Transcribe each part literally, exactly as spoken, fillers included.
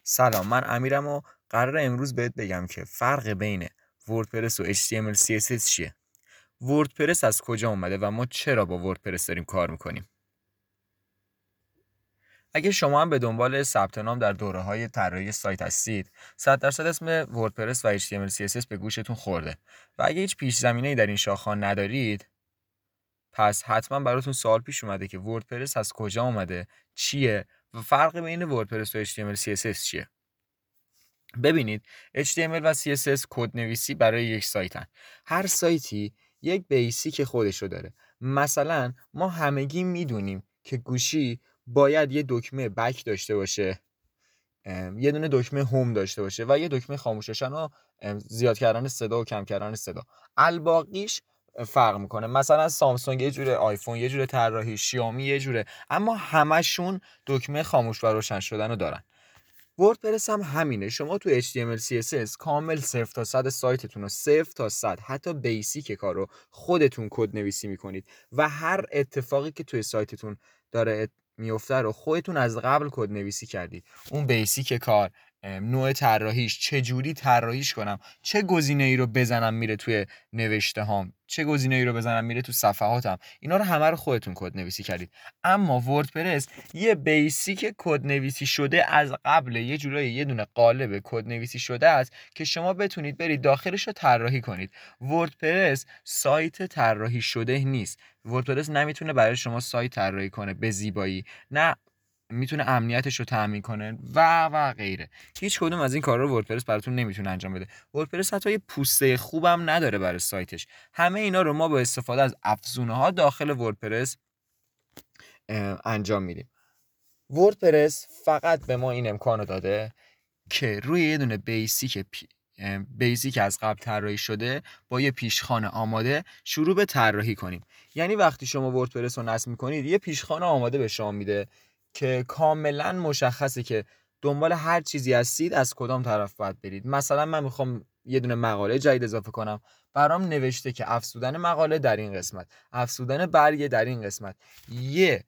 سلام، من امیرم و قراره امروز بهت بگم که فرق بین وردپرس و اچ تی ام ال سی اس اس چیه. وردپرس از کجا اومده و ما چرا با وردپرس داریم کار میکنیم. اگه شما هم به دنبال ثبت نام در دوره‌های طراحی سایت هستید، صد درصد اسم وردپرس و اچ تی ام ال سی اس اس به گوشتون خورده و اگه هیچ پیش زمینه‌ای در این شاخه‌ها ندارید، پس حتما براتون سوال پیش اومده که وردپرس از کجا اومده، چیه و فرق بین وردپرس و اچ تی ام ال سی اس اس چیه. ببینید اچ تی ام ال و سی اس اس کدنویسی برای یک سایتن. هر سایتی یک بیسیک خودشو داره. مثلا ما همگی میدونیم که گوشی باید یه دکمه بک داشته باشه، یه دونه دکمه هوم داشته باشه و یه دکمه خاموش شدن و زیاد کردن صدا و کم کردن صدا. الباقیش فرق میکنه. مثلا سامسونگ یه جوره، آیفون یه جوره طراحی، شیائومی یه جوره، اما همشون دکمه خاموش و روشن شدن رو دارن. وردپرس هم همینه. شما تو اچ تی ام ال سی اس اس کامل صفر تا صد سایتتون رو صفر تا صد حتی بیسیک کار رو خودتون کد نویسی میکنید و هر اتفاقی که توی سایتتون داره میفته رو خودتون از قبل کد نویسی کردید. اون بیسیک کار، نوع طراحیش، چه جوری طراحیش کنم، چه گزینه‌ای رو بزنم میره توی نوشته هام، چه گزینه‌ای رو بزنم میره تو صفحاتم، اینا رو همه رو خودتون کد نویسی کردید. اما وردپرس یه بیسیک کد نویسی شده از قبل، یه جورایی یه دونه قالب کد نویسی شده است که شما بتونید برید داخلش رو طراحی کنید. وردپرس سایت طراحی شده نیست. وردپرس نمیتونه برای شما سایت طراحی کنه به زیبایی، نه میتونه امنیتش رو تامین کنه و و غیره. هیچ کدوم از این کارا رو وردپرس براتون نمیتونه انجام بده. وردپرس حتی یه پوسته خوبم نداره برای سایتش. همه اینا رو ما با استفاده از افزونه‌ها داخل وردپرس انجام میدیم. وردپرس فقط به ما این امکانو داده که روی یه دونه بیسیک پی... بیسیک از قبل طراحی شده با یه پیشخوان آماده شروع به طراحی کنیم. یعنی وقتی شما وردپرس رو نصب می‌کنید یه پیشخوان آماده به شما میده که کاملا مشخصه که دنبال هر چیزی هستید از کدام طرف باید برید. مثلا من میخوام یه دونه مقاله جدید اضافه کنم، برام نوشته که افزودن مقاله در این قسمت، افزودن برگه در این قسمت. یه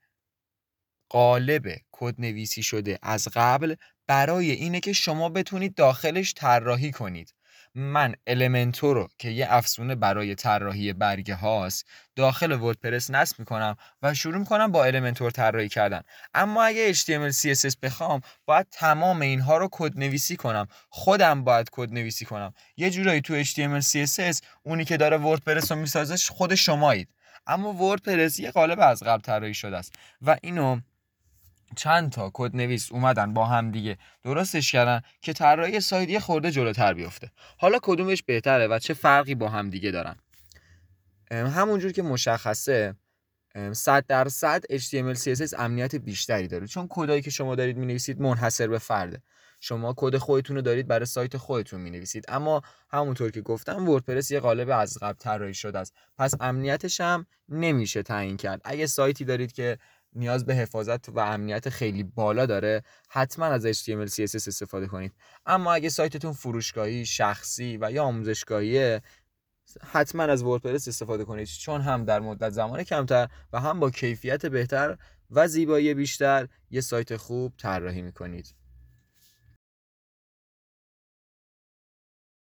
قالب کدنویسی شده از قبل برای اینه که شما بتونید داخلش طراحی کنید. من المنتور رو که یه افزونه برای طراحی برگه هاست داخل وردپرس نصب میکنم و شروع میکنم با المنتور طراحی کردن. اما اگه اچ تی ام ال سی اس اس بخوام باید تمام اینها رو کدنویسی کنم، خودم باید کدنویسی کنم. یه جورایی تو اچ تی ام ال سی اس اس اونی که داره وردپرس رو میسازه خود شمایید، اما وردپرس یه قالب از قبل طراحی شده است و اینو چند تا کد نویس اومدن با هم دیگه درستش کردن که طراحی سایت یه خورده جلوتر بیفته. حالا کدومش بهتره و چه فرقی با هم دیگه دارن؟ همونجور که مشخصه صد درصد اچ تی ام ال سی اس اس امنیت بیشتری داره، چون کدایی که شما دارید مینویسید منحصر به فرده. شما کد خودتون رو دارید برای سایت خودتون مینویسید، اما همونطور که گفتم وردپرس یه قالب از قبل طراحی شده است، پس امنیتش هم نمیشه تعیین کرد. اگه سایتی دارید که نیاز به حفاظت و امنیت خیلی بالا داره حتما از اچ تی ام ال سی اس اس استفاده کنید. اما اگه سایتتون فروشگاهی، شخصی و یا آموزشگاهیه حتما از وردپرس استفاده کنید، چون هم در مدت زمان کمتر و هم با کیفیت بهتر و زیبایی بیشتر یه سایت خوب طراحی میکنید.